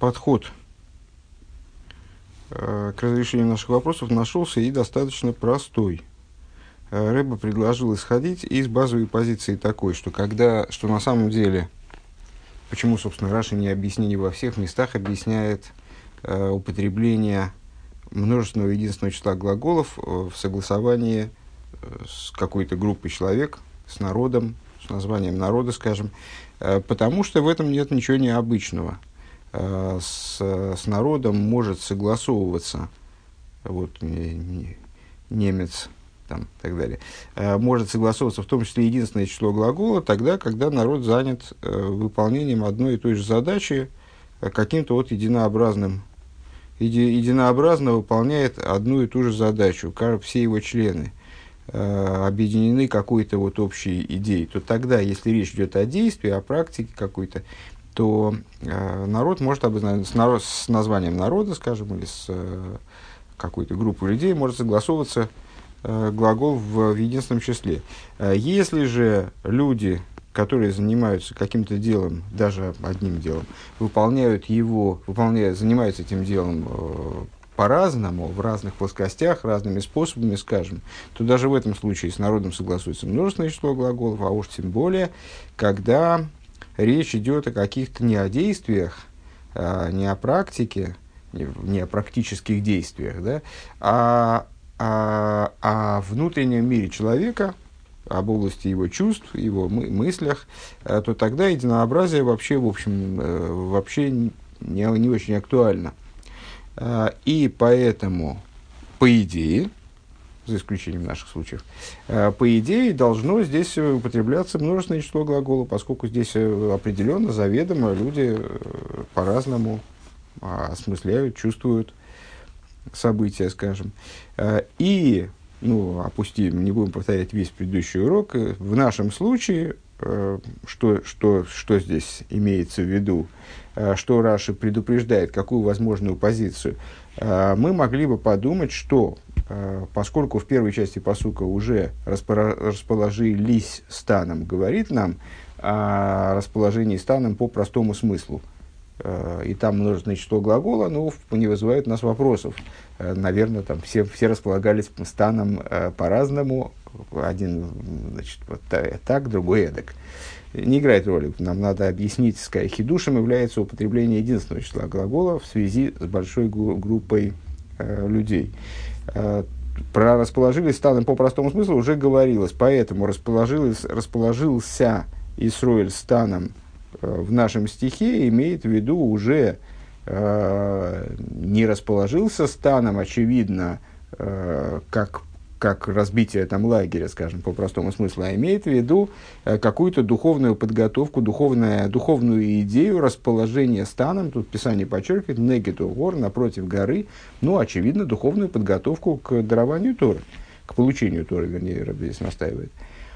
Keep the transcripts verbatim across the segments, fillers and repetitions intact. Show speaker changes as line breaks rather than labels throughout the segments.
подход э, к разрешению наших вопросов нашелся и достаточно простой. Э, Рэбе предложил исходить из базовой позиции такой, что когда, что на самом деле, почему, собственно, Раши не объяснение во всех местах объясняет э, употребление множественного единственного числа глаголов в согласовании с какой-то группой человек, с народом, с названием народа, скажем, потому что в этом нет ничего необычного. С, с народом может согласовываться вот, немец, там, и так далее, может согласовываться в том числе единственное число глагола тогда, когда народ занят выполнением одной и той же задачи каким-то вот единообразным еди, единообразно выполняет одну и ту же задачу, все его члены э, объединены какой-то вот общей идеей, то тогда, если речь идет о действии, о практике какой-то, то э, народ может обозначить с, народ, с названием народа, скажем, или с э, какой-то группой людей может согласовываться э, глагол в, в единственном числе. Э, если же люди, которые занимаются каким-то делом, даже одним делом, выполняют его, выполняют, занимаются этим делом э, по-разному, в разных плоскостях, разными способами, скажем, то даже в этом случае с народом согласуется множественное число глаголов, а уж тем более, когда речь идет о каких-то не о действиях, а, не о практике, не, не о практических действиях, да, а о, о внутреннем мире человека, об области его чувств, его мы, мыслях, э, то тогда единообразие вообще, в общем, э, вообще не, не очень актуально. Э, и поэтому, по идее, за исключением наших случаев, э, по идее должно здесь употребляться множественное число глаголов, поскольку здесь определенно, заведомо люди э, по-разному осмысляют, чувствуют события, скажем. Э, и Ну, опустим, не будем повторять весь предыдущий урок. В нашем случае, э, что, что, что здесь имеется в виду, э, что Раши предупреждает, какую возможную позицию, э, мы могли бы подумать, что э, поскольку в первой части пасука уже распора- расположились станом, говорит нам о расположении станом по простому смыслу. И там множественное число глагола, но не вызывает у нас вопросов. Наверное, там все, все располагались станом э, по-разному. Один, значит, вот так, другой эдак. Не играет роли. Нам надо объяснить, сказать, хидушем является употребление единственного числа глагола в связи с большой гу- группой э, людей. Э, про расположились станом по простому смыслу уже говорилось. Поэтому расположилось, расположился Исроэль станом в нашем стихе имеет в виду уже э, не расположился станом, очевидно, э, как, как разбитие там лагеря, скажем, по простому смыслу, а имеет в виду э, какую-то духовную подготовку, духовную, духовную идею расположения станом, тут Писание подчеркивает, негету гор, напротив горы, ну, очевидно, духовную подготовку к дарованию Торы, к получению Торы, вернее, Рабби здесь настаивает.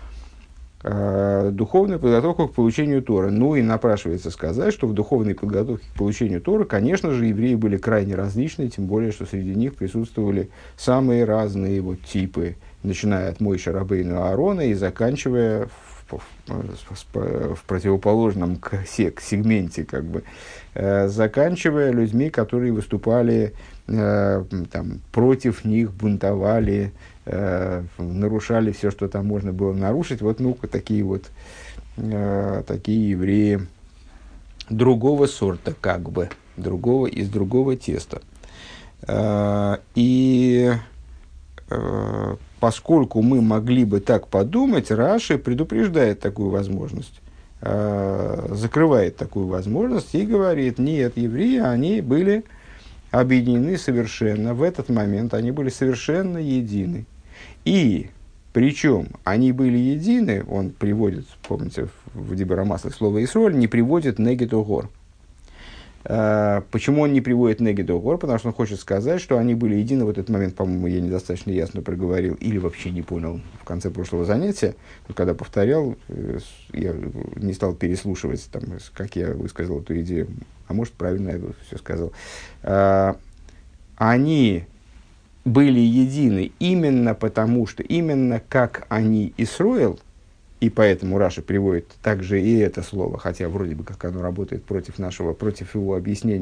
Духовную подготовку к получению Торы. Ну и напрашивается сказать, что в духовной подготовке к получению Торы, конечно же, евреи были крайне различны, тем более, что среди них присутствовали самые разные вот типы, начиная от Мойше Рабейну Аарона и заканчивая в, в, в противоположном к, к сегменте, как бы, э, заканчивая людьми, которые выступали э, там, против них, бунтовали, нарушали все, что там можно было нарушить. Вот, ну, такие вот, э, такие евреи другого сорта, как бы, другого, из другого теста. Э, и э, поскольку мы могли бы так подумать, Раши предупреждает такую возможность, э, закрывает такую возможность и говорит, нет, евреи, они были объединены совершенно, в этот момент они были совершенно едины. И, причем, они были едины, он приводит, помните, в Дибур ха-Маслах слово «Исроль», не приводит «негету гор». А, почему он не приводит «негету гор»? Потому что он хочет сказать, что они были едины в этот момент, по-моему, я недостаточно ясно проговорил, или вообще не понял в конце прошлого занятия, но когда повторял, я не стал переслушивать, там, как я высказал эту идею, а может, правильно я все сказал. А, они были едины именно потому, что именно как они Исроэл, и поэтому Раши приводит также и это слово, хотя вроде бы как оно работает против нашего, против его объяснения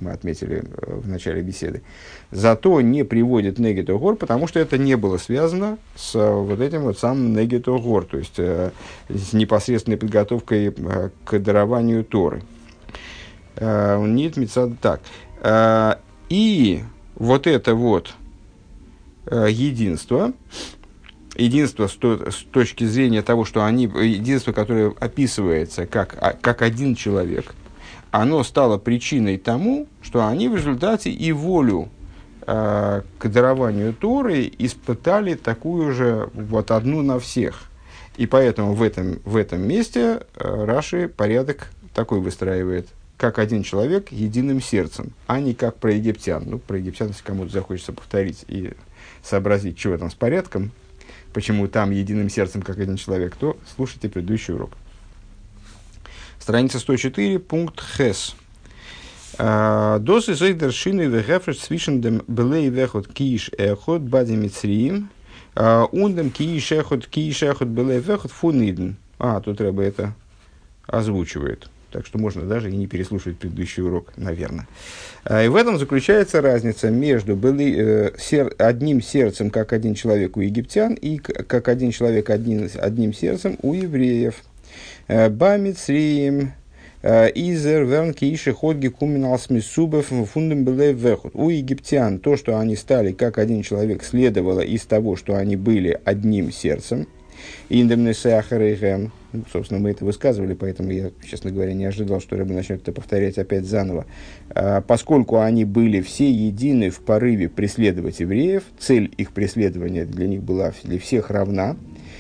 мы отметили в начале беседы. Зато не приводит негето гор, потому что это не было связано с вот этим вот самым негето гор, то есть с непосредственной подготовкой к дарованию Торы. Нет, так. И вот это вот единство, единство с, то, с точки зрения того, что они, единство, которое описывается как, как один человек, оно стало причиной тому, что они в результате и волю э, к дарованию Торы испытали такую же вот одну на всех. И поэтому в этом, в этом месте э, Раши порядок такой выстраивает, как один человек единым сердцем, а не как про египтян. Ну, про египтян, если кому-то захочется повторить и сообразить, чего там с порядком, почему там единым сердцем, как один человек, то слушайте предыдущий урок. Страница сто четыре, пункт Хес. Досы зойдершины вегефреш свишен дем белей вехот киш эхот бади мицриим ундем киш эхот киш эхот белей вехот фуниден. А, тут Ребе это озвучивает. Так что можно даже и не переслушивать предыдущий урок, наверное. И в этом заключается разница между были, э, сер, одним сердцем, как один человек у египтян, и как один человек один, одним сердцем у евреев. Бамицриим изер вернки иши ходги куминалс мисубов фундам белей вехот. У египтян то, что они стали как один человек, следовало из того, что они были одним сердцем. Индемнесеахарейхэм. Собственно, мы это высказывали, поэтому я, честно говоря, не ожидал, что Ребе начнет это повторять опять заново. А, поскольку они были все едины в порыве преследовать евреев, цель их преследования для них была для всех равна.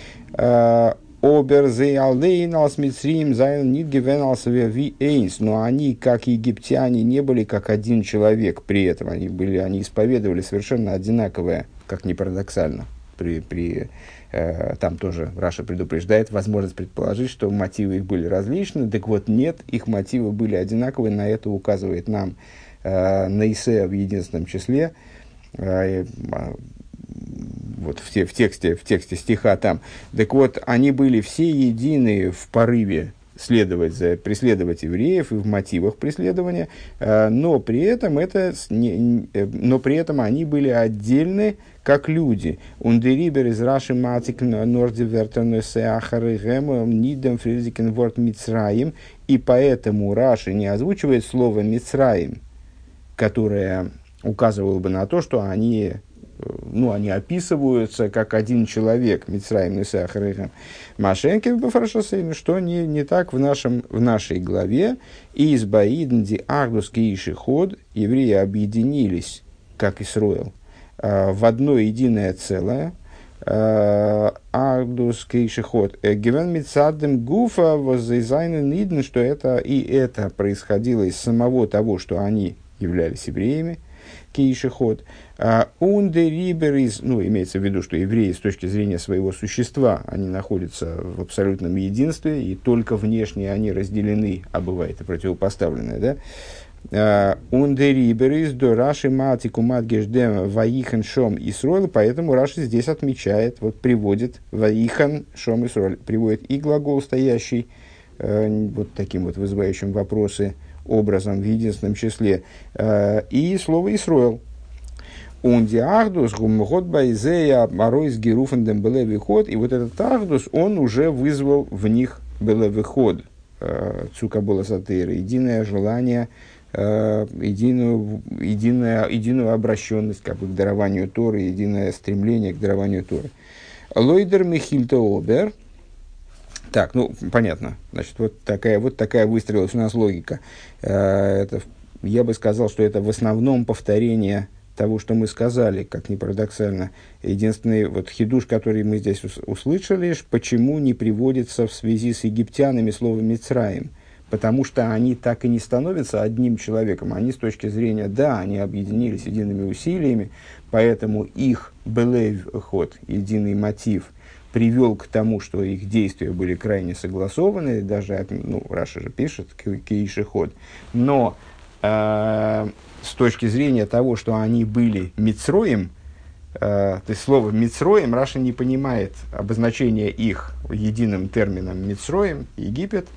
Оберзе алдейналс мицриим зайл нит гевеналс ви эйнс. Но они, как египтяне, не были как один человек при этом. Они, были, они исповедовали совершенно одинаковое, как ни парадоксально, при... при там тоже Раша предупреждает возможность предположить, что мотивы их были различны. Так вот, нет, их мотивы были одинаковые. На это указывает нам э, Нейсе в единственном числе. Э, вот в, те, в, тексте, в тексте стиха там. Так вот, они были все едины в порыве следовать за, преследовать евреев и в мотивах преследования, э, но при этом это, не, но при этом они были отдельны как люди. Ундерибер из Раши Матик Нордивертонесе Ахарыгэм Нидем Фризикен Ворд Мицраим, и поэтому Раши не озвучивает слово Мицраим, которое указывало бы на то, что они, ну, они описываются как один человек, Мицраим и Сахарыгэм. Машенкев Бафаршасейн, что не, не так в, нашем, в нашей главе. Из Баиднди Ардусский Ишиход евреи объединились, как Исроэл, в одно единое целое. Ардус Кейшихот Гивен Мицадем Гуфа воззайзайнен Ниден, что это и это происходило из самого того, что они являлись евреями. Кейшихот Ундериберис, ну, имеется в виду, что евреи с точки зрения своего существа, они находятся в абсолютном единстве, и только внешне они разделены, а бывает и противопоставленное, да? Ундериберис до Раши Матику Матгеждем Ваихан Шом Исроил, поэтому Раши здесь отмечает, вот приводит Ваихан Шом Исроил, приводит и глагол, стоящий э, вот таким вот вызывающим вопросы образом в единственном числе, э, и слово Исроил. Унди Ахдус гумгот байзея моройс геруфендем белевиход, и вот этот Ахдус, он уже вызвал в них белевиход, цукабола сатейра, единое желание, единую, единую, единую обращенность как бы, к дарованию Торы, единое стремление к дарованию Торы. Лойдер Михильта Обер. Так, ну, понятно. Значит, вот такая, вот такая выстроилась у нас логика. Это, я бы сказал, что это в основном повторение того, что мы сказали, как ни парадоксально. Единственный вот хидуш, который мы здесь услышали, почему не приводится в связи с египтянами слово «мицраим». Потому что они так и не становятся одним человеком. Они с точки зрения, да, они объединились едиными усилиями, поэтому их белейв ход, единый мотив, привел к тому, что их действия были крайне согласованы, даже, ну, Раша же пишет, кейши ход, но э, с точки зрения того, что они были мицроем, э, то есть слово мицроем, Раша не понимает обозначение их единым термином мицроем, Египет,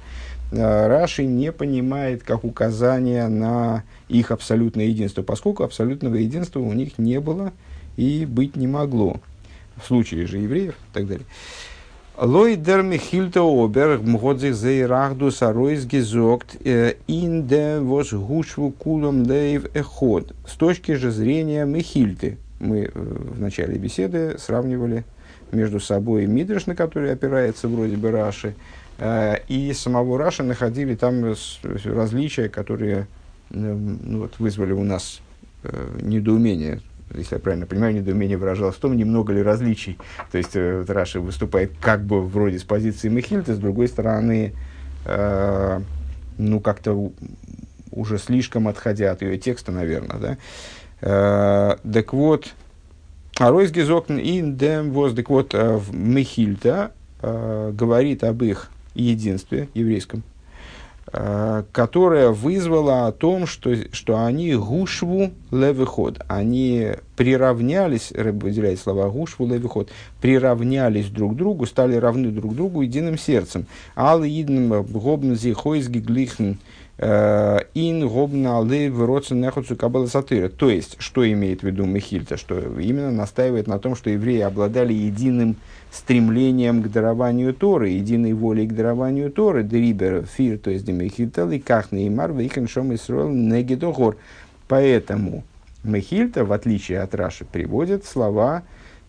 э, Раши не понимает как указание на их абсолютное единство, поскольку абсолютного единства у них не было и быть не могло. В случае же евреев и так далее. Лойдер Михильта Обер мгодзих зейрахдус аройс гезогт ин де вос гушву кулом дейв эход. С точки же зрения Михильты, мы в начале беседы сравнивали между собой Мидраш, на который опирается вроде бы Раши, и самого Раши, находили там различия, которые ну, вот, вызвали у нас недоумение. Если я правильно понимаю, недоумение выражалось в том, немного ли различий. То есть, э, вот Раши выступает как бы вроде с позиции Мехильты, с другой стороны, э, ну, как-то у, уже слишком отходя от ее текста, наверное, да. Э, так вот, Аройс гезокн ин дем воз, так вот, э, Мехильта э, говорит об их единстве еврейском, которая вызвала о том, что, что они гушву левыход, они приравнялись, Рэб выделяет слова гушву левыход, приравнялись друг к другу, стали равны друг другу единым сердцем. Ал идн гобн зихойс гиглихн ин гобн алэ вроцен нехуцу кабала сатыра. То есть, что имеет в виду Мехильта, что именно настаивает на том, что евреи обладали единым стремлением к дарованию Торы, единой волей к дарованию Торы, дрибер фир, то есть демехильта, и кахны и мар, вейхан шом исроэл негедогор. Поэтому Мехильта, в отличие от Раши, приводит слова,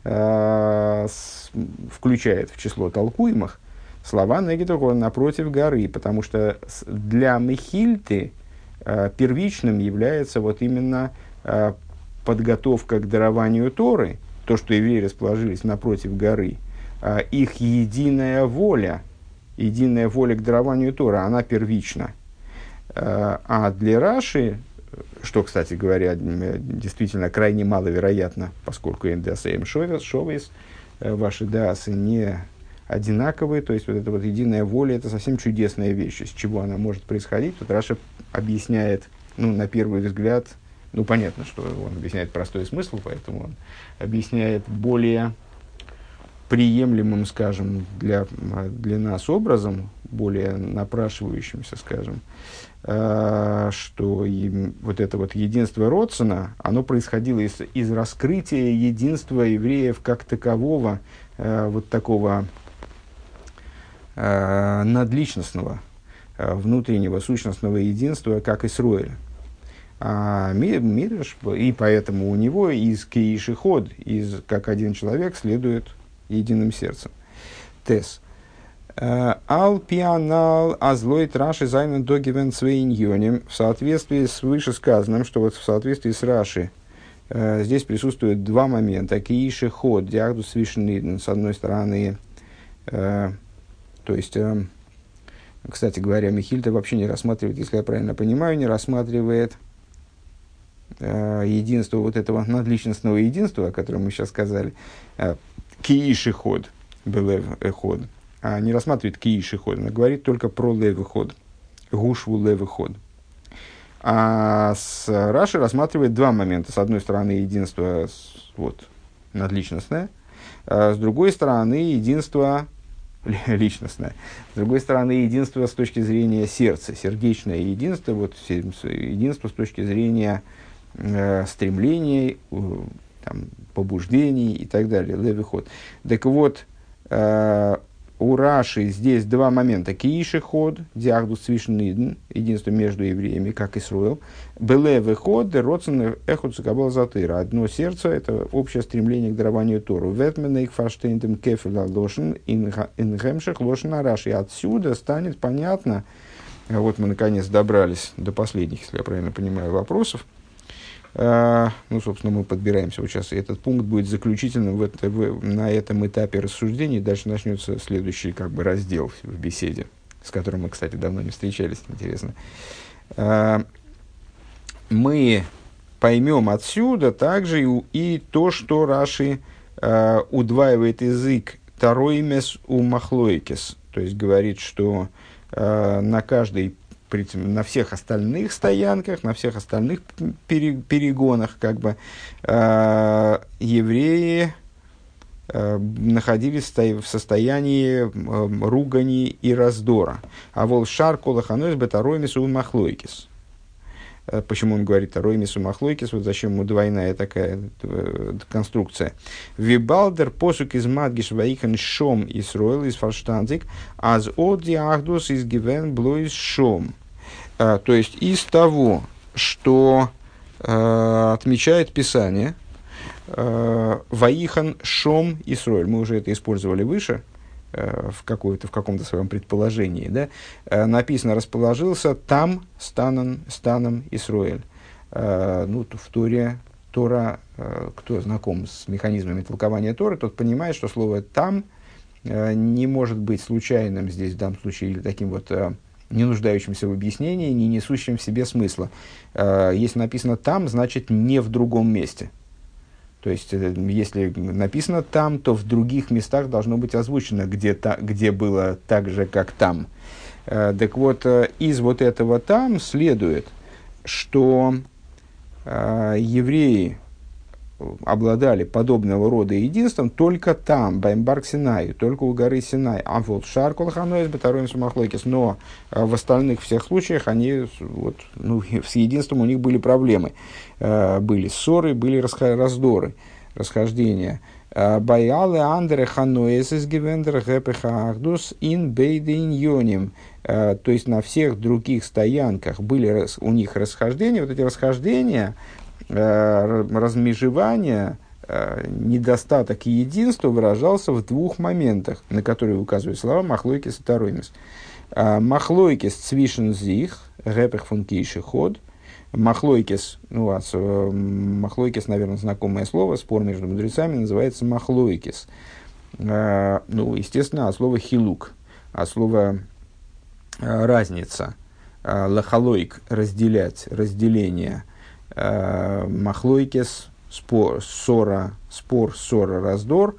э, с, включает в число толкуемых слова негедогор напротив горы, потому что для Мехильты э, первичным является вот именно э, подготовка к дарованию Торы, то, что евреи расположились напротив горы, их единая воля, единая воля к дарованию Тора, она первична. А для Раши, что, кстати говоря, действительно крайне маловероятно, поскольку ндасэм шовес, ваши дасы не одинаковые, то есть вот эта вот единая воля, это совсем чудесная вещь. Из чего она может происходить? Тут Раша объясняет, ну, на первый взгляд, ну, понятно, что он объясняет простой смысл, поэтому он объясняет более приемлемым, скажем, для, для нас образом, более напрашивающимся, скажем, э, что и, вот это вот единство Родсона, оно происходило из, из раскрытия единства евреев как такового, э, вот такого э, надличностного, э, внутреннего, сущностного единства, как Исроэль. А Мидраш, и поэтому у него из Кииш и Ход, из, как один человек, следует единым сердцем. Тес. Ал пианал азлой траши зайнен догивен свейньоним. В соответствии с вышесказанным, что вот в соответствии с Раши э, здесь присутствуют два момента. Кииш и Ход, диагдус свишниден. С одной стороны, э, то есть, э, кстати говоря, Мехильта вообще не рассматривает, если я правильно понимаю, не рассматривает единство вот этого надличностного единства, о котором мы сейчас сказали, кииш и ход, белев эход, а не рассматривает кииш и ход, она говорит только про лев ход, гушву лев ход. А с Раши рассматривает два момента. С одной стороны, единство вот, надличностное, а с другой стороны, единство личностное. С другой стороны, единство с точки зрения сердца, сердечное единство, вот, единство с точки зрения э, стремлений, э, там, побуждений и так далее, левый ход. Так вот, э, у Раши здесь два момента. Кииши ход, диагдус свишнидн, единство между евреями, как Исруэл. Белевый ход, родствен эхот сукабал затыра. Одно сердце – это общее стремление к дарованию Тору. Ветмен их фаштейндем кефеля лошен, ингемших лошен Раши. Отсюда станет понятно, вот мы наконец добрались до последних, если я правильно понимаю, вопросов. Uh, ну, собственно, мы подбираемся вот сейчас, и этот пункт будет заключительным в это, в, на этом этапе рассуждений. Дальше начнется следующий как бы, раздел в беседе, с которым мы, кстати, давно не встречались, интересно. Uh, мы поймем отсюда также и, и то, что Раши uh, удваивает язык тароимес у махлоикес, то есть говорит, что uh, на каждой на всех остальных стоянках, на всех остальных перегонах, как бы, э, евреи э, находились в состоянии э, ругани и раздора. А вол шар колаханойс бетароимис у махлойкис. Почему он говорит о роймису махлойкис, вот зачем ему двойная такая э, конструкция. Вибалдер посук из мадгиш ваихан шом исроил из фарштандик, аз оди ахдус из гивен блоис шом. То есть из того, что э, отмечает Писание, э, ваихан шом исроил. Мы уже это использовали выше, в, в каком-то своем предположении, да, написано, расположился там станом, станом Исроэль. Ну, в Торе, Тора, кто знаком с механизмами толкования Торы, тот понимает, что слово «там» не может быть случайным здесь, в данном случае, или таким вот не нуждающимся в объяснении, не несущим в себе смысла. Если написано «там», значит «не в другом месте». То есть, если написано «там», то в других местах должно быть озвучено, где, та, где было так же, как «там». Э, так вот, э, из вот этого «там» следует, что э, евреи обладали подобного рода единством только там, Баймбарк Синай, только у горы Синай. А вот Шар Колханоис, Бетароим Сумахлойкис. Но э, в остальных всех случаях они, вот, ну, с единством у них были проблемы. Э, были ссоры, были расха- раздоры, расхождения. Байалы Андре Ханоис из Гивендер Гепеха Ахдус ин Бейдин Йоним. То есть на всех других стоянках были у них расхождения. Вот эти расхождения, размежевание, недостаток единства выражался в двух моментах, на которые указывают слова махлойкес и тароймис. Махлойкес цвишен зих, гепех фун кейши ход. Махлойкес, ну, а, махлойкес, наверное, знакомое слово, спор между мудрецами, называется махлойкес. Ну, естественно, от слова хилук, от слова разница. Лахалойк – разделять, разделение. Махлойкес, спор, ссора, спор, ссора, раздор,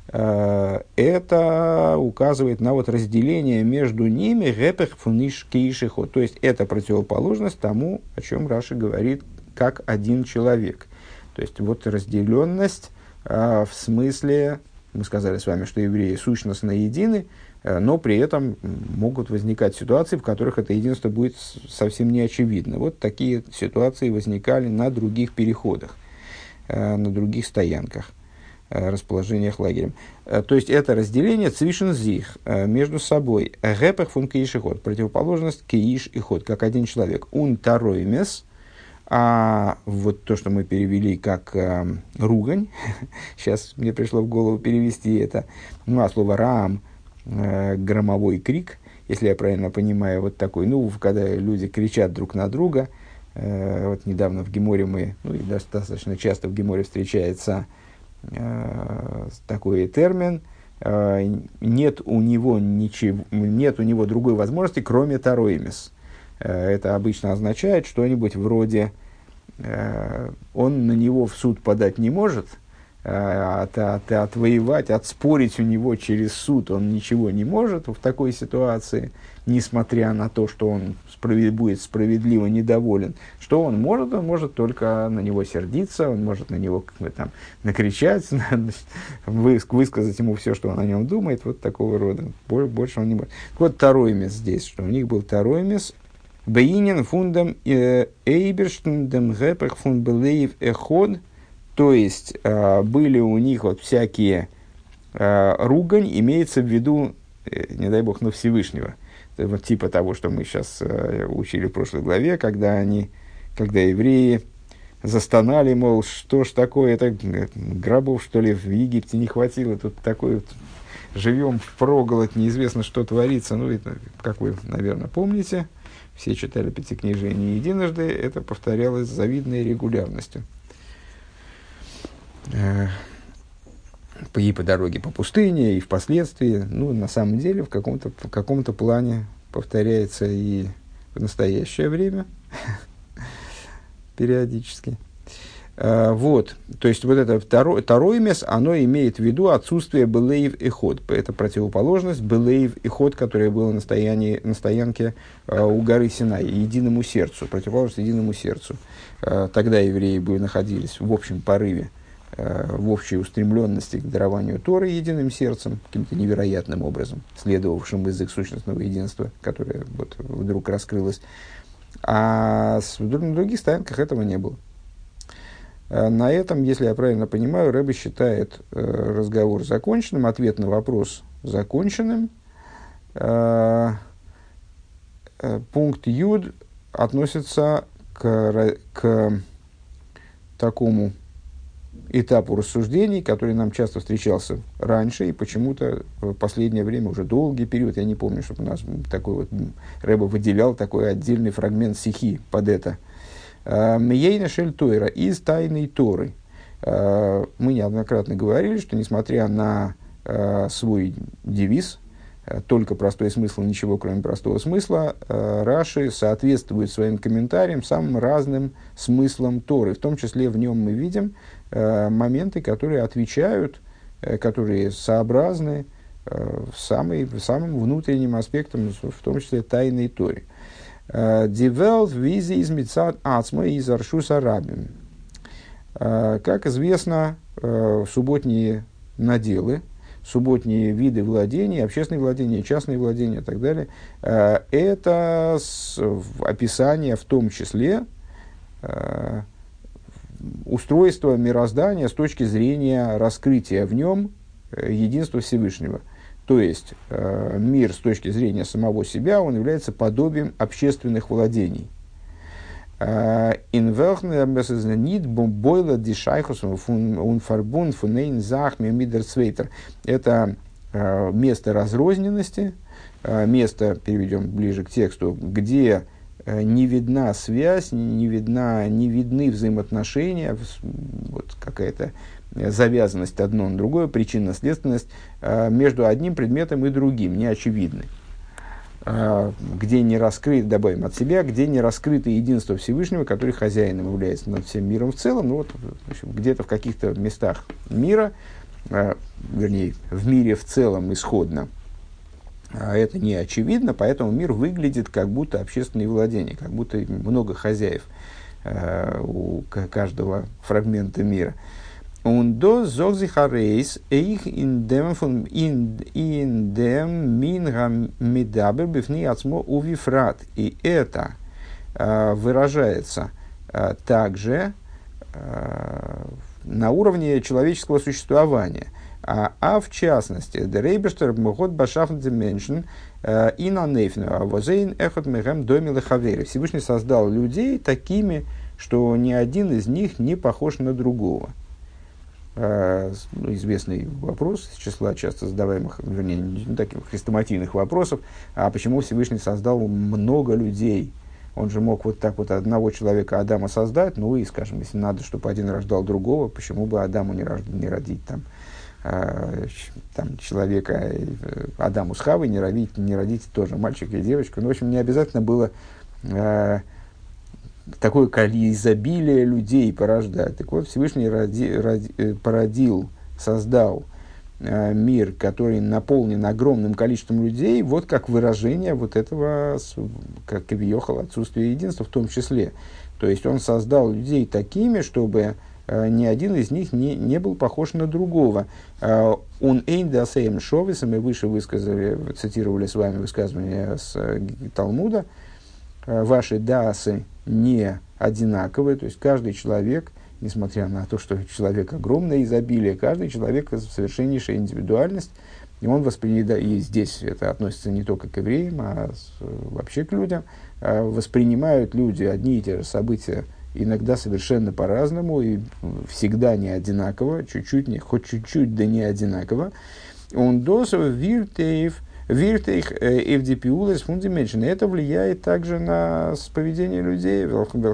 это указывает на вот разделение между ними гепех фуниш кейшихо, то есть это противоположность тому, о чем Раши говорит, как один человек. То есть вот разделенность в смысле, мы сказали с вами, что евреи сущностно едины, но при этом могут возникать ситуации, в которых это единство будет совсем не очевидно. Вот такие ситуации возникали на других переходах, на других стоянках, расположениях лагерем. То есть это разделение цвишен зих между собой. Гепех фун кеиш и ход, противоположность кеиш и ход, как один человек. Ун тароймес, а вот то, что мы перевели как э, ругань, сейчас мне пришло в голову перевести это, ну, а слово раам, громовой крик, если я правильно понимаю, вот такой, ну, когда люди кричат друг на друга, э, вот недавно в Геморе мы, ну, и достаточно часто в Геморе встречается э, такой термин, э, нет у него ничего, нет у него другой возможности, кроме тароимис. Э, это обычно означает что-нибудь вроде, э, он на него в суд подать не может, От, от, отвоевать, отспорить у него через суд он ничего не может в такой ситуации, несмотря на то, что он справед, будет справедливо недоволен. Что он может? Он может только на него сердиться, он может на него там, накричать, высказать ему все, что он о нем думает, вот такого рода. Больше он не может. Вот тароймес здесь, что у них был тароймес, бейнин фундам эйберштендем гепех фун белеев эход. То есть, э, были у них вот всякие э, ругань, имеется в виду, э, не дай бог, но Всевышнего. Это вот типа того, что мы сейчас э, учили в прошлой главе, когда они, когда евреи застонали, мол, что ж такое, это гробов, что ли, в Египте не хватило, тут такой вот, живем впроголодь, неизвестно, что творится. Ну, это, как вы, наверное, помните, все читали Пятикнижие не единожды, это повторялось с завидной регулярностью. И по дороге по пустыне, и впоследствии, ну, на самом деле, в каком-то, в каком-то плане повторяется и в настоящее время, периодически. А, вот, то есть, вот это второй, второй мес, оно имеет в виду отсутствие белейв и ход. Это противоположность белейв и ход, которое было на, стоянии, на стоянке а, у горы Синай, единому сердцу, противоположность единому сердцу. А, тогда евреи были, находились в общем порыве э, в общей устремленности к дарованию Торы единым сердцем, каким-то невероятным образом, следовавшим из их сущностного единства, которое вот вдруг раскрылось. А с, на других стоянках этого не было. На этом, если я правильно понимаю, Ребе считает э, разговор законченным, ответ на вопрос законченным. Э, э, пункт Юд относится к, к такому этапу рассуждений, который нам часто встречался раньше, и почему-то в последнее время, уже долгий период, я не помню, чтобы у нас такой вот Ребе выделял такой отдельный фрагмент сихи под это. Мейна шель Тойра, из тайной Торы. Мы неоднократно говорили, что несмотря на свой девиз, только простой смысл, ничего кроме простого смысла, Раши соответствует своим комментариям самым разным смыслам Торы. В том числе в нем мы видим моменты, которые отвечают, которые сообразны самый, самым внутренним аспектам, в том числе тайной Торе. Die Welt, wie sie ist mit Zad Atzma из Аршуса Рабим. Как известно, субботние наделы, субботние виды владения, общественные владения, частные владения и так далее, это описание в том числе устройства мироздания с точки зрения раскрытия в нем единства Всевышнего. То есть, э, мир с точки зрения самого себя, он является подобием общественных владений. Это э, место разрозненности, э, место, переведем ближе к тексту, где э, не видна связь, не, видна, не видны взаимоотношения, вот какая-то завязанность одно на другое, причинно-следственность э, между одним предметом и другим, не очевидны. Э, где не раскрыто, добавим от себя, где не раскрыто единство Всевышнего, который хозяином является над всем миром в целом, ну, вот, в общем, где-то в каких-то местах мира, э, вернее, в мире в целом исходно, э, это не очевидно, поэтому мир выглядит как будто общественное владение, как будто много хозяев э, у каждого фрагмента мира. Und do zog sich Areis, ich in dem von in in dem Minra Medaber бифни ацмо увифрат. И это э, выражается э, также э, на уровне человеческого существования. А, а в частности, der Rebester могот башафн dem Menschen и на нейфну, а возейн эхот мегем домилы хавери. Всевышний создал людей такими, что ни один из них не похож на другого. Uh, ну, известный вопрос из числа часто задаваемых, вернее, не таких хрестоматийных вопросов, а почему Всевышний создал много людей? Он же мог вот так вот одного человека Адама создать, ну и, скажем, если надо, чтобы один рождал другого, почему бы Адаму не, рож... не родить там, uh, там человека, Адаму с Хавой не родить, не родить тоже мальчика и девочку. Ну, в общем, не обязательно было uh, такое изобилие людей порождать. Так вот, Всевышний роди, роди, породил, создал э, мир, который наполнен огромным количеством людей, вот как выражение вот этого, как кавиохал, отсутствия единства в том числе. То есть, он создал людей такими, чтобы э, ни один из них не, не был похож на другого. Он эйн дасеем шовисом, мы выше высказали, цитировали с вами высказывание с э, Талмуда, ваши даасы не одинаковые, то есть каждый человек, несмотря на то, что человек огромное изобилие, каждый человек совершеннейшая индивидуальность, и он воспринимает, и здесь это относится не только к евреям, а вообще к людям, воспринимают люди одни и те же события иногда совершенно по-разному и всегда не одинаково, чуть-чуть, не, хоть чуть-чуть, да не одинаково. Он досов виртеев Виртейх эвдипиулес фундименшн. Это влияет также на поведение людей.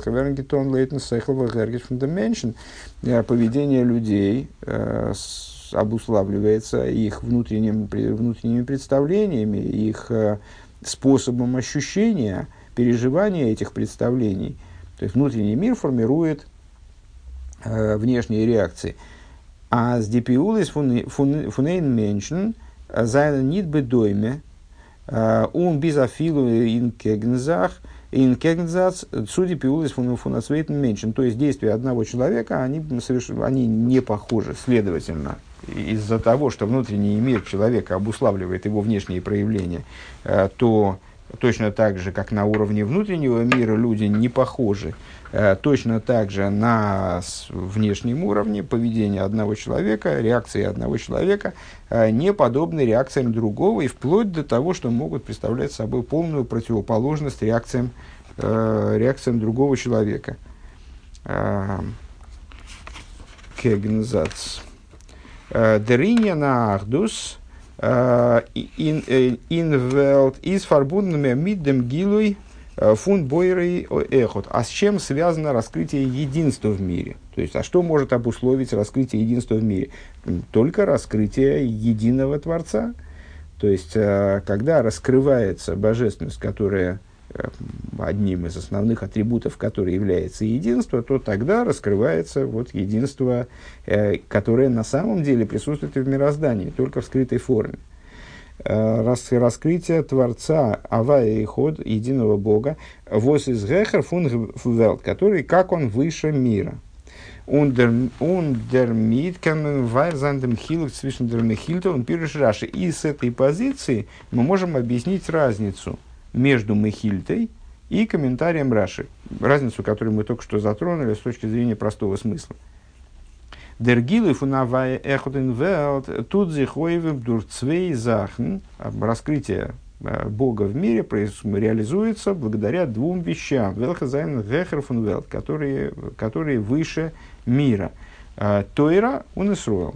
Поведение людей э, с, обуславливается их внутренним, внутренними представлениями, их э, способом ощущения, переживания этих представлений. То есть внутренний мир формирует э, внешние реакции. А с дипиулес фунейн меншн Зайна нит бедойме, он без афилу ин кегнзах, Инкегнзац суди пиулис фунацвейтен меньшин. То есть действия одного человека, они, совершенно, они не похожи. Следовательно, из-за того, что внутренний мир человека обуславливает его внешние проявления, то точно так же, как на уровне внутреннего мира люди не похожи, точно так же на внешнем уровне поведение одного человека, реакции одного человека не подобны реакциям другого, и вплоть до того, что могут представлять собой полную противоположность реакциям, реакциям другого человека. Кегнзац. Деринья на Ахдус инвелт из фарбунными миддем гилуй фун бойрей эхот. А с чем связано раскрытие единства в мире? То есть, а что может обусловить раскрытие единства в мире? Только раскрытие единого Творца. То есть, когда раскрывается божественность, которая одним из основных атрибутов, который является единство, то тогда раскрывается вот единство, которое на самом деле присутствует и в мироздании, только в скрытой форме. Раскрытие Творца Авая и Ход, единого Бога, вос из гехер фун велт, который, как он выше мира. Ундермит kann weil sein dem Hilf zwischen der Mechilta und Pirush Rashi. И с этой позиции мы можем объяснить разницу между Мехильтой и комментарием Раши. Разницу, которую мы только что затронули с точки зрения простого смысла. Дергилы фунавая эходен велт тут зихоевым дурцвей захн. Раскрытие Бога в мире реализуется благодаря двум вещам. Велхазайн гехер фун велт, которые, которые выше мира. Тойра он Исруэл.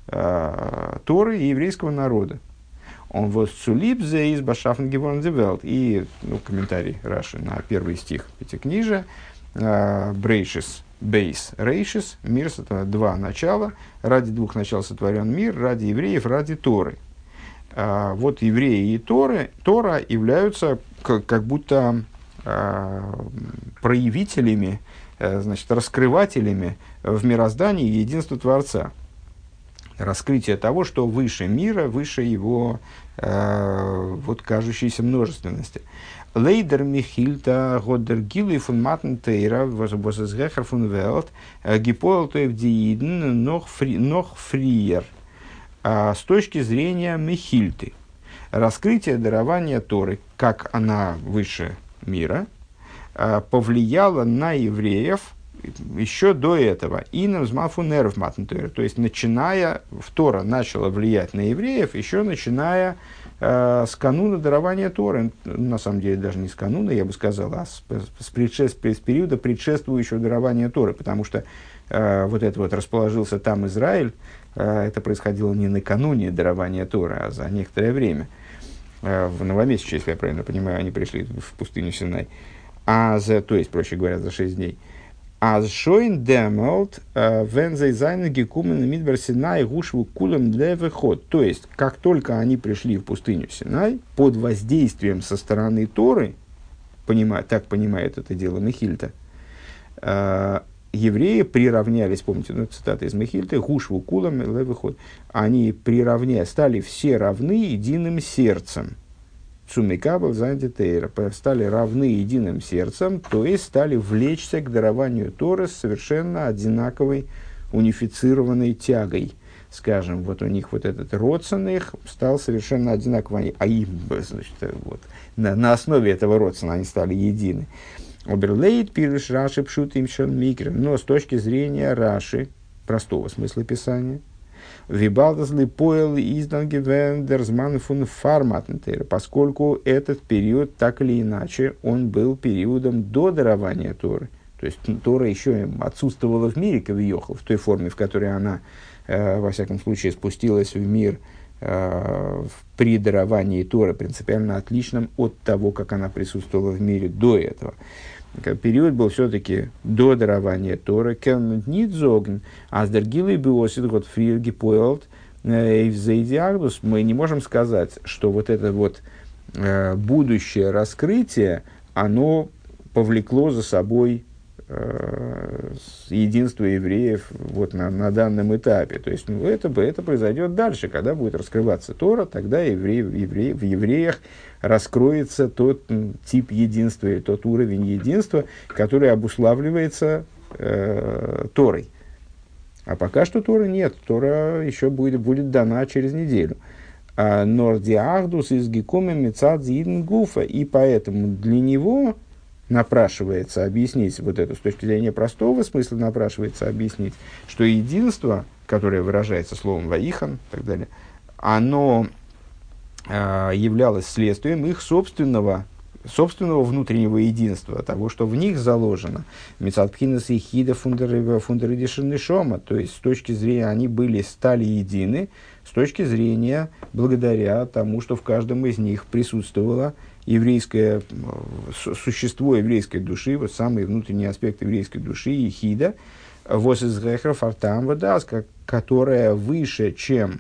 Торы и еврейского народа. Он вот сулибзе из башафн геворн девелт. И ну, комментарий Раши на первый стих пятикнижия. Брейшис, бейс, рейшис. Мир — это два начала. Ради двух начал сотворен мир. Ради евреев, ради Торы. А, вот евреи и Торы, Тора являются как, как будто а, проявителями, а, значит, раскрывателями в мироздании единства Творца. Раскрытие того, что выше мира, выше его э, вот, кажущейся множественности. Лейдер Михильта Годдер Гилы фун Матентейра Возгехер фун Велт Гипоэлтоев Дииден Нох Фриер. С точки зрения Михильты, раскрытие дарования Торы, как она выше мира, повлияло на евреев еще до этого, и на взмафунеров матнтуэр, то есть начиная, в Тора начала влиять на евреев, еще начиная э, с кануна дарования Торы, на самом деле даже не с кануна, я бы сказал, а с, с, предшеств, с периода предшествующего дарования Торы, потому что э, вот это вот расположился там Израиль, э, это происходило не накануне дарования Торы, а за некоторое время, э, в новомесячье, если я правильно понимаю, они пришли в пустыню Синай, а за, то есть, проще говоря, за шесть дней. Аз шоин демолт вензей зайна гекумен мидбер Синай гушву кулем для выход. То есть, как только они пришли в пустыню Синай, под воздействием со стороны Торы, понимаю, так понимает это дело Мехильта, э, евреи приравнялись, помните, ну, цитата из Мехильты, гушву кулем для выход. Они приравнялись, стали все равны единым сердцем. Цумикабл зандитейра, стали равны единым сердцем, то есть стали влечься к дарованию Торы с совершенно одинаковой унифицированной тягой. Скажем, вот у них вот этот родствен их стал совершенно одинаковым, а им, значит, вот, на, на основе этого родствена они стали едины. Оберлейт пируш Раши пшут им шел микро, но с точки зрения Раши, простого смысла писания, Вибалдазли поел издан гевендерзман фун фарматнтер, поскольку этот период, так или иначе, он был периодом до дарования Торы. То есть Тора еще отсутствовала в мире, кавиохал, в той форме, в которой она, э, во всяком случае, спустилась в мир э, при даровании Торы, принципиально отличным от того, как она присутствовала в мире до этого. Период был все-таки до дарования Торы. Мы не можем сказать, что вот это вот э, будущее раскрытие, оно повлекло за собой э, единство евреев вот на, на данном этапе. То есть, ну, это, это произойдет дальше, когда будет раскрываться Тора, тогда еврей, еврей, в евреях раскроется тот тип единства или тот уровень единства, который обуславливается э, Торой. А пока что Торы нет, Тора еще будет, будет дана через неделю. Нордиахдус из гекоми мецад зидн гуфа, и поэтому для него напрашивается объяснить, вот это с точки зрения простого смысла напрашивается объяснить, что единство, которое выражается словом «ваихан» и так далее, оно э, являлось следствием их собственного, собственного внутреннего единства, того, что в них заложено. Мецад пхинас и хида фундеридишен шома, то есть с точки зрения, они были, стали едины, с точки зрения, благодаря тому, что в каждом из них присутствовало еврейское существо еврейской души, вот самый внутренний аспект еврейской души, ехида, вос из грехов артам водас, которая выше, чем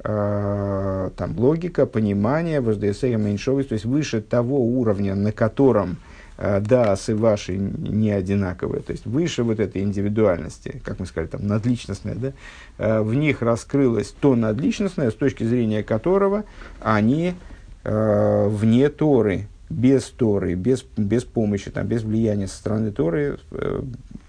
э, там, логика, понимание, воздействие меньшовость, то есть выше того уровня, на котором э, дасы ваши не одинаковые, то есть выше вот этой индивидуальности, как мы сказали, там, надличностная, да, э, в них раскрылось то надличностное, с точки зрения которого они э, вне Торы, без Торы, без, без помощи, там, без влияния со стороны Торы, э,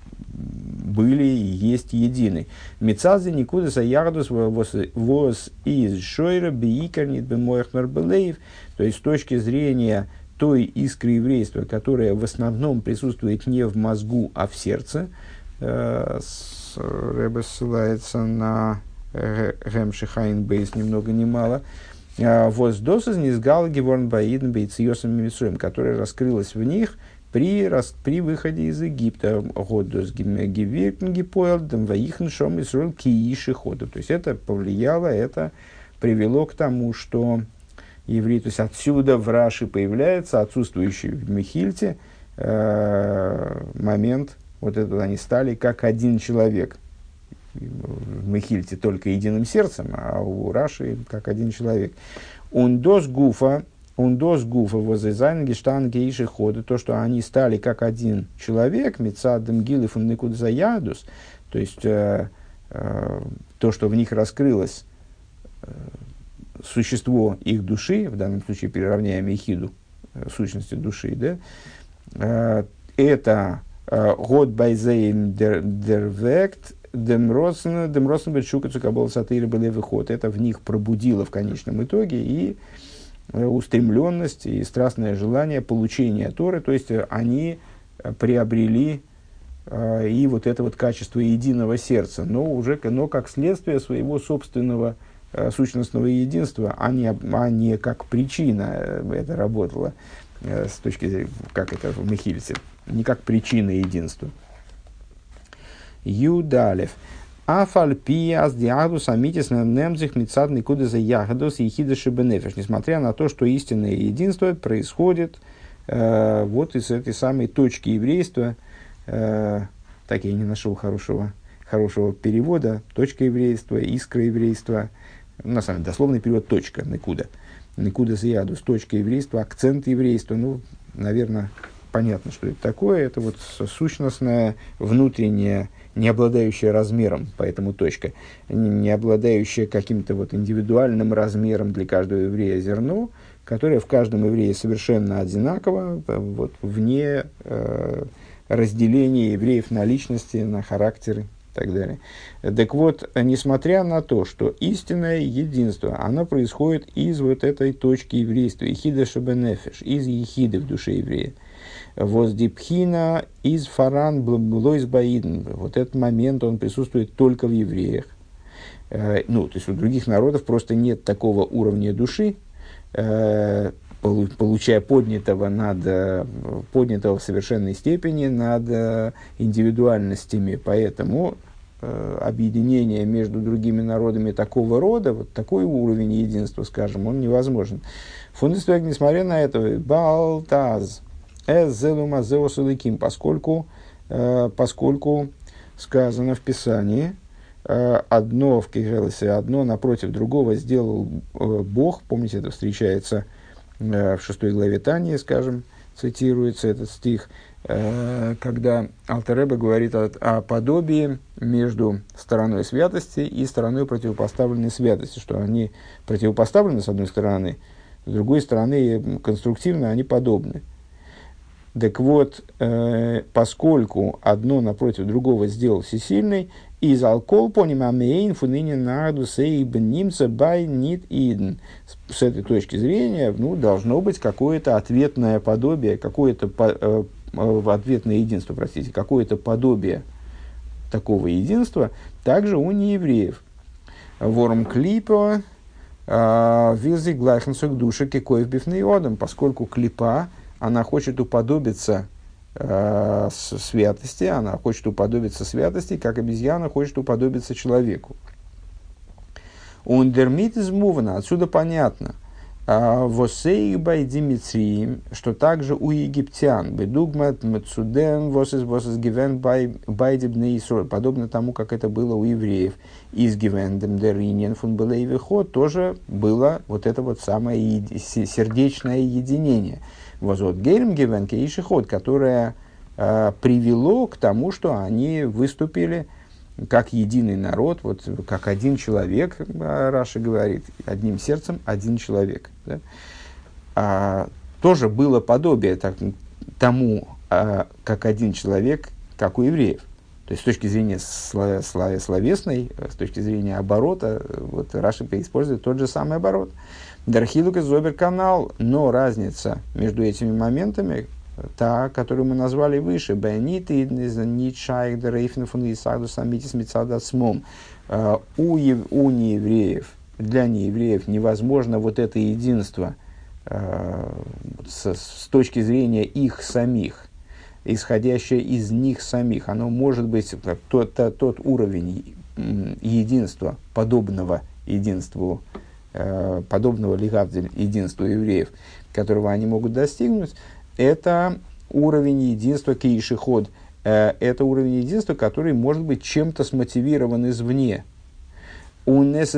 были и есть едины. Мицази никуда заярдус воз из шойра биикарнит бемоехмер белеев. То есть с точки зрения той искры еврейства, которая в основном присутствует не в мозгу, а в сердце. Э, с, Ребе ссылается на Ремши Хайнбейс ни много ни мало. Воздос из низгал геворн баидн бейциосом мимисуем, которая раскрылась в них При, рас, при выходе из Египта, годос гивиркнги поэлдом ваихн шом исрол кииши ходов. То есть это повлияло, это привело к тому, что евреи, то есть отсюда в Раши появляется отсутствующий в Мехильте э, момент, вот это они стали как один человек. В Мехильте только единым сердцем, а у Раши как один человек. Ундос гуфа, Ундос гуфа воззайн гештан гейши ходы, то, что они стали как один человек, мецадем гилифун никуда заядус, то есть э, э, то, что в них раскрылось э, существо их души, в данном случае переравняем ехиду, э, сущности души, да, э, это год байзейм дервект демросен демросен бетшука цукабол сатыры были выход, это в них пробудило в конечном итоге и устремленность и страстное желание получения Торы, то есть они приобрели э, и вот это вот качество единого сердца, но уже но как следствие своего собственного э, сущностного единства, а не, а не как причина это работало, э, с точки зрения, как это в Мехильте, не как причина единства. Юдалев. Афальпиас диагдус амитис немзих мицад никуда за ягодос и хидаши бенефиш. Несмотря на то, что истинное единство происходит э, вот из этой самой точки еврейства. Э, так я не нашел хорошего, хорошего перевода. Точка еврейства, искра еврейства. На самом деле, дословный перевод точка, никуда. Никуда за ягодос, точка еврейства, акцент еврейства. Ну, наверное, понятно, что это такое. Это вот сущностное, внутреннее, не обладающая размером, поэтому точка, не, не обладающая каким-то вот индивидуальным размером для каждого еврея зерно, которое в каждом еврее совершенно одинаково, вот, вне э, разделения евреев на личности, на характеры и так далее. Так вот, несмотря на то, что истинное единство, оно происходит из вот этой точки еврейства, ехида шабенефеш, из ехиды в душе еврея, воздипхина из фаран блойс баидн. Вот этот момент, он присутствует только в евреях. Э, ну, то есть у других народов просто нет такого уровня души, э, получая поднятого, над, поднятого в совершенной степени над индивидуальностями. Поэтому э, объединение между другими народами такого рода, вот такой уровень единства, скажем, он невозможен. Фундествег, несмотря на это, балтаз, поскольку, э, поскольку сказано в Писании, э, одно в Кигелесе, одно напротив другого сделал э, Бог. Помните, это встречается э, в шестой главе Тании, скажем, цитируется этот стих. когда Алтер Ребе говорит о, о подобии между стороной святости и стороной противопоставленной святости, что они противопоставлены с одной стороны, с другой стороны конструктивно они подобны. Так вот, э, поскольку одно напротив другого сделал всесильный, из алкол понимаем фуныне наду сейб немца бай нит иден. С этой точки зрения, ну, должно быть какое-то ответное подобие, какое-то по, э, ответное единство, простите, какое-то подобие такого единства также у неевреев. Ворм клипа вилзи глайхенсок души кекоев бифный одам, поскольку клипа, она хочет уподобиться э, святости, она хочет уподобиться святости, как обезьяна хочет уподобиться человеку. Ундермит из мувана, отсюда понятно, восей бай димитриим, что также у египтян, бедугмат мецудем восес восес гивен бай дибней исроль, подобно тому, как это было у евреев, из гивендем деринен фун белейвихот, тоже было вот это вот самое еди, сердечное единение. Возот гейрм гивен кейшихот, которое э, привело к тому, что они выступили как единый народ, вот, как один человек, Раши говорит, одним сердцем один человек. Да? А, тоже было подобие так, тому, а, как один человек, как у евреев. То есть с точки зрения сло, сло, словесной, с точки зрения оборота, вот, Раши использует тот же самый оборот. Дархилук и Зобер канал, но разница между этими моментами, та, которую мы назвали выше, у, у неевреев, для неевреев невозможно вот это единство э, с, с точки зрения их самих, исходящее из них самих. Оно может быть тот, тот, тот уровень единства, подобного единству, э, подобного лигавдель, единству евреев, которого они могут достигнуть. Это уровень единства кейшиход. Это уровень единства, который может быть чем-то смотивирован извне. То есть,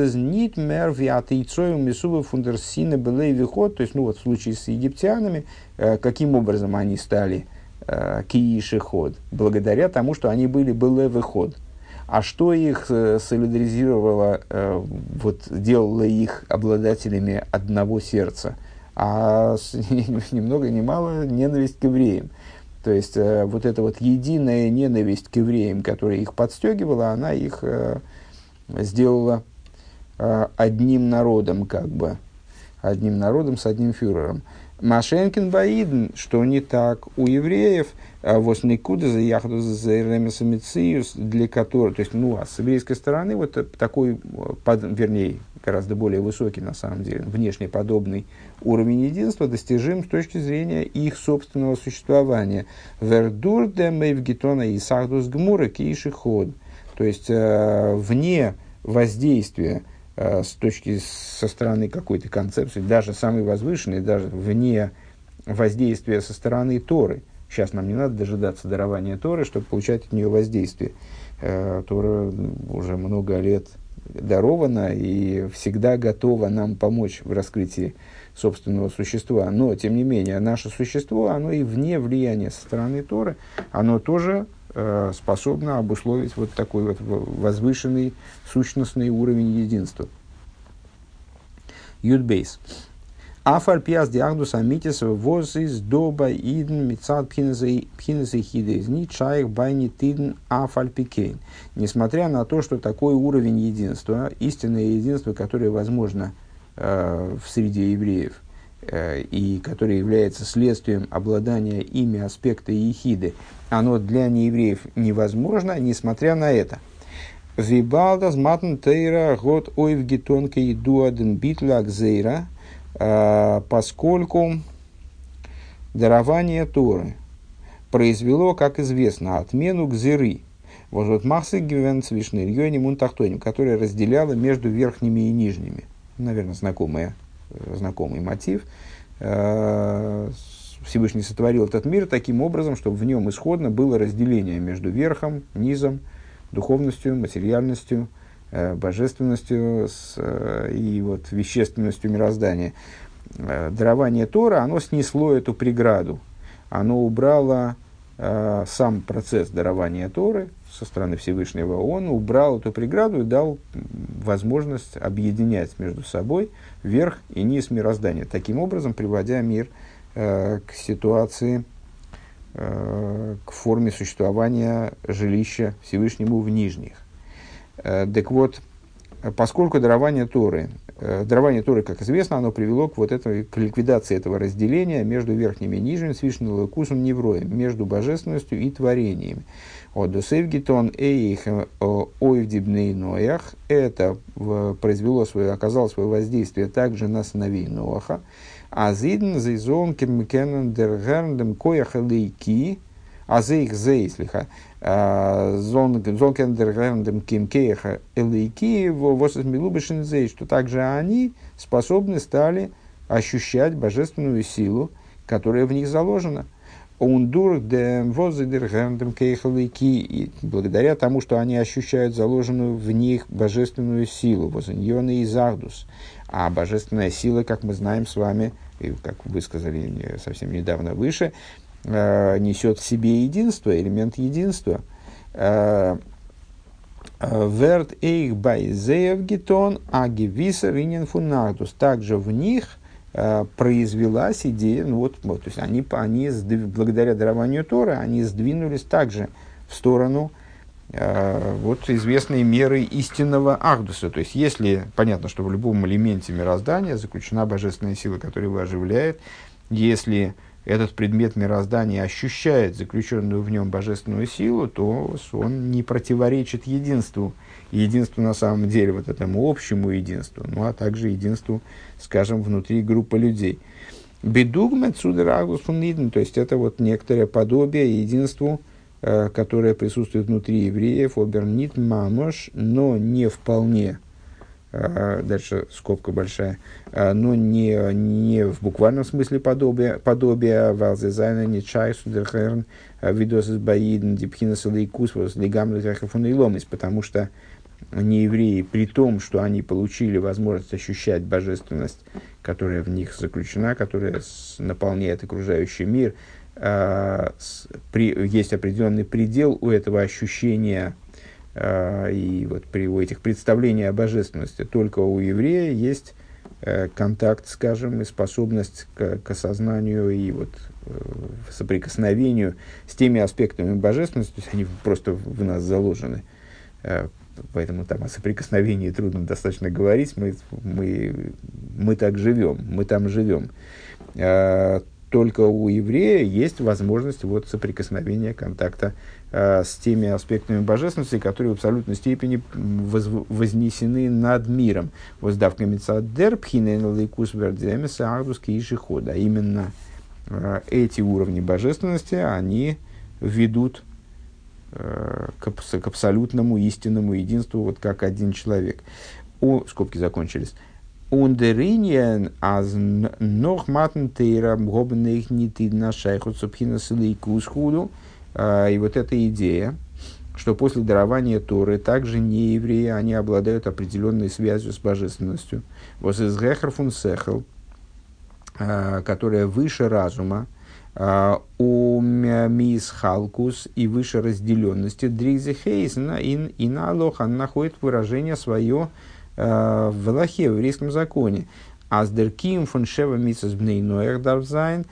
ну вот в случае с египтянами, каким образом они стали кейшиход? Благодаря тому, что они были белевиход. А что их солидаризировало, вот, делало их обладателями одного сердца? А ни много ни мало ненависть к евреям. То есть, э, вот эта вот единая ненависть к евреям, которая их подстегивала, она их э, сделала э, одним народом, как бы, одним народом с одним фюрером. Машенкин Баидн, что не так у евреев, вот никуда за яхду за ремесамициус, для которого, то есть, ну, а с еврейской стороны, вот такой, под, вернее, гораздо более высокий, на самом деле, внешне подобный уровень единства достижим с точки зрения их собственного существования. Вердурде мейвгетона и сахдус гмура кишиход. То есть, э, вне воздействия э, с точки, со стороны какой-то концепции, даже самой возвышенной, даже вне воздействия со стороны Торы. Сейчас нам не надо дожидаться дарования Торы, чтобы получать от нее воздействие. Э, Тора уже много лет дарована и всегда готова нам помочь в раскрытии собственного существа. Но, тем не менее, наше существо, оно и вне влияния со стороны Торы, оно тоже э, способно обусловить вот такой вот возвышенный сущностный уровень единства. Юдбейс. Афар пиас диагдус амитис воз из доба иден мицад пхинезы хиды из ничаих байни тиден афаль пикейн. Несмотря на то, что такой уровень единства, истинное единство, которое возможно э, в среде евреев, э, и которое является следствием обладания ими аспекта ехиды, оно для неевреев невозможно, несмотря на это. Вибалдас матн тейра год ойв гетонка и дуаден битля гзейра, поскольку дарование Торы произвело, как известно, отмену гзиры, вот массы гивен свишнер йоним унтахтоним, которая разделяла между верхними и нижними. Наверное, знакомый, знакомый мотив. Всевышний сотворил этот мир таким образом, чтобы в нем исходно было разделение между верхом, низом, духовностью, материальностью, божественностью с, и вот вещественностью мироздания. Дарование Тора, оно снесло эту преграду, оно убрало э, сам процесс дарования Торы со стороны Всевышнего, он убрал эту преграду и дал возможность объединять между собой верх и низ мироздания, таким образом приводя мир э, к ситуации, э, к форме существования жилища Всевышнему в нижних. Э, так вот, поскольку дарование Торы, э, дарование Торы, как известно, оно привело к, вот этой, к ликвидации этого разделения между верхним и нижним, свишным лукусом невроем, между божественностью и творениями. Одосевгитон эйх ойвдибней ноях, это произвело свое, оказало свое воздействие также на сыновей Ноаха. А зидн зейзон кемкенен дергерндем коях лейки, а зейх зейслиха, зон кен дергерндем кемкеях лейки, восьмилубишин зей, что также они способны стали ощущать божественную силу, которая в них заложена. И благодаря тому, что они ощущают заложенную в них божественную силу, возоньоны и загдус. А божественная сила, как мы знаем с вами, и как вы сказали совсем недавно выше, несет в себе единство, элемент единства. Верт эйх байзеев гетон, а гевиса ринен фунагдус. Также в них произвелась идея, ну вот, вот, то есть они, они благодаря дарованию Торы, они сдвинулись также в сторону э, вот, известной меры истинного ахдуса. То есть, если понятно, что в любом элементе мироздания заключена божественная сила, которая его оживляет, если этот предмет мироздания ощущает заключенную в нем божественную силу, то он не противоречит единству. Единству на самом деле, вот этому общему единству, ну а также единству, скажем, внутри группы людей. Бедугмет судерагус фуниден, то есть это вот некоторое подобие единству, э, которое присутствует внутри евреев, обернит мамош, но не вполне, э, дальше скобка большая, э, но не, не в буквальном смысле подобие, подобие валзезайна не чай судерхерн видос из баиден дипхинас лейкус возлегам лехафун и ломис, потому что неевреи, при том, что они получили возможность ощущать божественность, которая в них заключена, которая с, наполняет окружающий мир, э, с, при, есть определенный предел у этого ощущения э, и вот при, у этих представлений о божественности. Только у еврея есть э, контакт, скажем, и способность к, к осознанию и вот, э, соприкосновению с теми аспектами божественности, то есть они просто в нас заложены. Э, Поэтому там о соприкосновении трудно достаточно говорить, мы, мы, мы так живем, мы там живем. А, только у еврея есть возможность вот, соприкосновения, контакта а, с теми аспектами божественности, которые в абсолютной степени воз, вознесены над миром. Воздавками цадер пхинен лейкус вердземеса ардуски и шихода. Именно а, эти уровни божественности, они ведут К, к абсолютному истинному единству, вот как один человек. О, скобки закончились. Ундериньен аз нох матн тейра гобнех нитид на шайхут субхина силейку схуду. И вот эта идея, что после дарования Торы также не евреи, они обладают определенной связью с божественностью. Вот из гехер фун сехел, которая выше разума, у мисхалкус и выше разделенности дригзи хейсена и на алоха находит выражение свое в Алахе, в еврейском законе. Аздерким фон шева митсас бней ноях дарвзайн.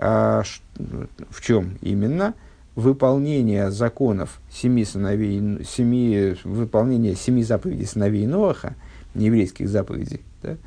В чем именно? Выполнение законов семи сыновей, семи, выполнение семи заповедей сыновей Ноаха, нееврейских заповедей,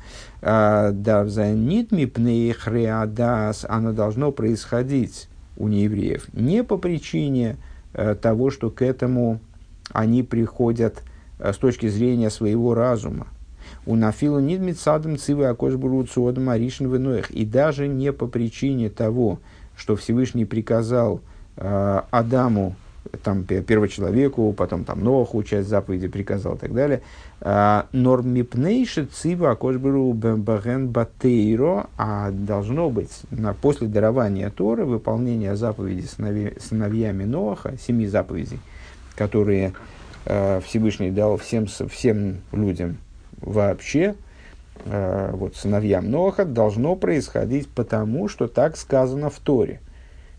Дарвзайнитми пнеихреадас, оно должно происходить у неевреев не по причине э, того, что к этому они приходят э, с точки зрения своего разума. У нафила нидмит садом цивы акошбуру цуодам аришин виноих. И даже не по причине того, что Всевышний приказал э, Адаму, там, первочеловеку, потом там, Ноаху часть заповеди приказал и так далее. Нормипнейши цива акошберу бэген батейро, а должно быть на, после дарования Торы выполнение заповедей сыновья, сыновьями Ноаха, семи заповедей, которые э, Всевышний дал всем, всем людям вообще, э, вот, сыновьям Ноаха, должно происходить потому, что так сказано в Торе.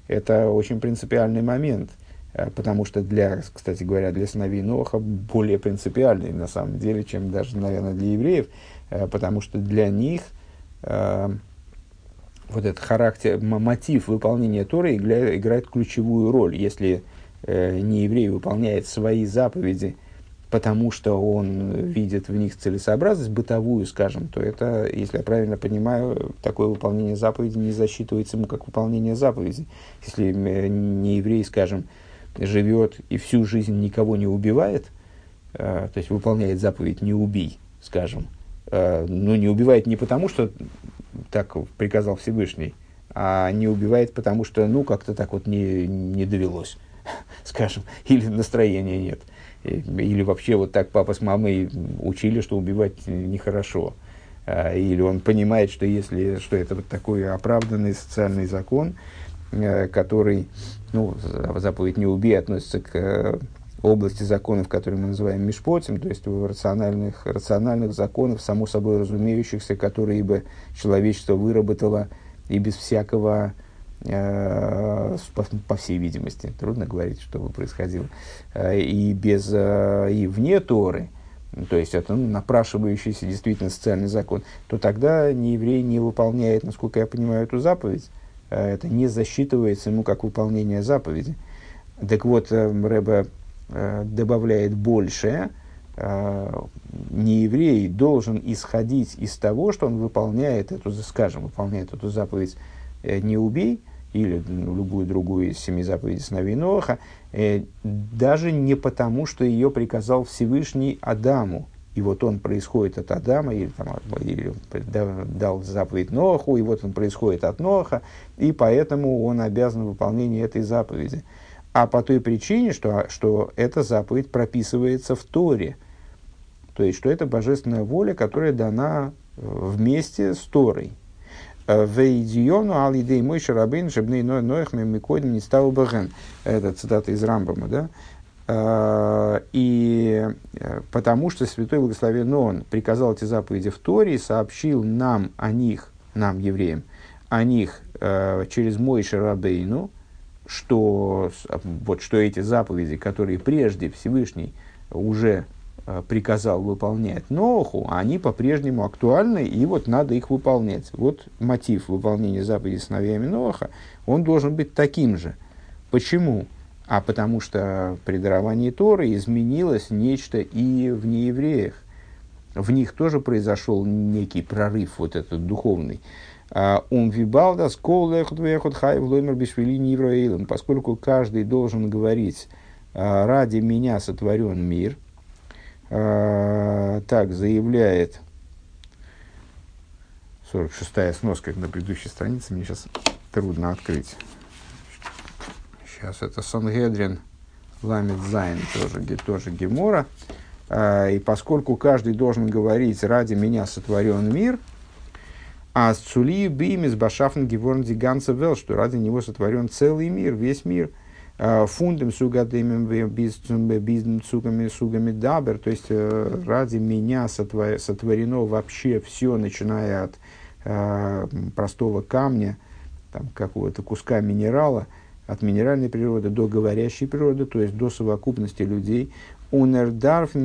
это очень принципиальный момент, потому что для, кстати говоря, для сыновей Ноаха более принципиальный на самом деле, чем даже, наверное, для евреев, потому что для них э, вот этот характер, мотив выполнения Торы играет, играет ключевую роль. Если э, нееврей выполняет свои заповеди, потому что он видит в них целесообразность бытовую, скажем, то это, если я правильно понимаю, такое выполнение заповеди не засчитывается ему как выполнение заповеди. Если нееврей, скажем, живет и всю жизнь никого не убивает, э, то есть выполняет заповедь «не убий», скажем, э, но не убивает не потому, что так приказал Всевышний, а не убивает потому, что ну как-то так вот не, не довелось, скажем, или настроения нет. Или вообще вот так папа с мамой учили, что убивать нехорошо. Или он понимает, что, если, что это вот такой оправданный социальный закон, который, ну, заповедь «не убей» относится к области законов, которые мы называем мишпотим, то есть рациональных, рациональных законов, само собой разумеющихся, которые бы человечество выработало и без всякого, э, по, по всей видимости, трудно говорить, что бы происходило, э, и, без, э, и вне Торы, то есть это ну, напрашивающийся действительно социальный закон, то тогда нееврей не выполняет, насколько я понимаю, эту заповедь, э, это не засчитывается ему как выполнение заповеди. Так вот, э, Рэбе добавляет больше, нееврей должен исходить из того, что он выполняет эту, скажем, выполняет эту заповедь «не убей» или ну, любую другую из семи заповедей сыновей Ноаха, даже не потому, что ее приказал Всевышний Адаму, и вот он происходит от Адама, или, там, или дал заповедь Ноаху, и вот он происходит от Ноаха, и поэтому он обязан выполнению этой заповеди. А по той причине, что, что эта заповедь прописывается в Торе. То есть, что это божественная воля, которая дана вместе с Торой. «Вейдиону ал-идей мой шарабейн шабней ноях мемикойдем не стал бэхэн». Это цитата из Рамбама, да? И потому что Святой Благословен Он приказал эти заповеди в Торе и сообщил нам о них, нам, евреям, о них через Мойше Рабейну, что, вот, что эти заповеди, которые прежде Всевышний уже э, приказал выполнять Ноаху, они по-прежнему актуальны, и вот надо их выполнять. Вот мотив выполнения заповедей сыновьями Ноаха, он должен быть таким же. Почему? А потому что при даровании Торы изменилось нечто и в неевреях. В них тоже произошел некий прорыв, вот этот духовный. «Ум вибалдас кол эхот вехот хайв лоймер бишвили нивроэйлем», поскольку каждый должен говорить «ради меня сотворен мир», так заявляет сорок шестая сноска на предыдущей странице, мне сейчас трудно открыть. Сейчас это Сангедрин Ламед Зайн, тоже, тоже Гемора. И поскольку каждый должен говорить «ради меня сотворен мир», а с цули бимис башафн геворн диганца вел, что ради него сотворен целый мир, весь мир. Фундем сугадемем бизнем сугами сугами дабер, то есть ради меня сотворено вообще все, начиная от э, простого камня, там, какого-то куска минерала, от минеральной природы до говорящей природы, то есть до совокупности людей. Унердарвер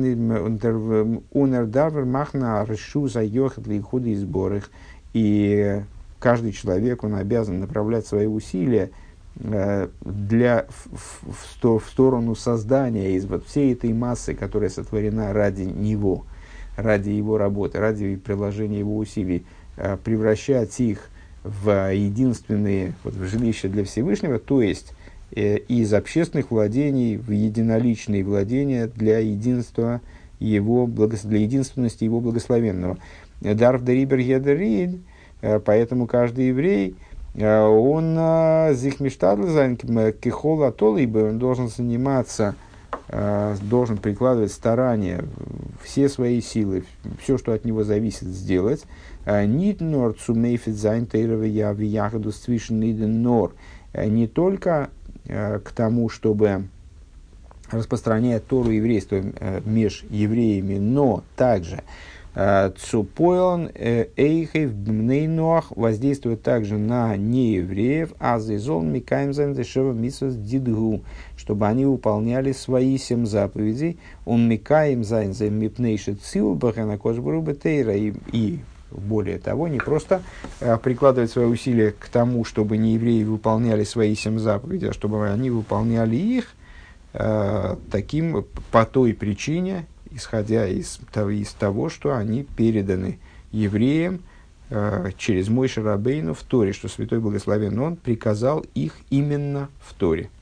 махна решу заехать ли худы и сборах. И каждый человек, он обязан направлять свои усилия э, для, в, в, в сторону создания из вот всей этой массы, которая сотворена ради него, ради его работы, ради приложения его усилий, э, превращать их в единственные, вот, в жилища для Всевышнего, то есть э, из общественных владений в единоличные владения для единства его, для единственности его благословенного. Дарф дерибер едерид, поэтому каждый еврей, он зихмиштадлзайн кихола толибе, он должен заниматься, должен прикладывать старания, все свои силы, все, что от него зависит, сделать. Нит нор цумейфит зайн тейрове яви яхаду свишен иден нор, не только к тому, чтобы распространять Тору еврейства меж евреями, но также Цупойлан эйхев бмнейнуах воздействует также на неевреев, а зизон микаемзен дешева мисос дидгу, чтобы они выполняли свои семь заповедей. Он микаемзен за мипнейшит силбах на кожбрубе тейра. И более того, не просто прикладывать свои усилия к тому, чтобы неевреи выполняли свои семь заповедей, а чтобы они выполняли их таким, по той причине, исходя из, из того, что они переданы евреям э, через Моше Рабейну в Торе, что Святой Благословен Он приказал их именно в Торе.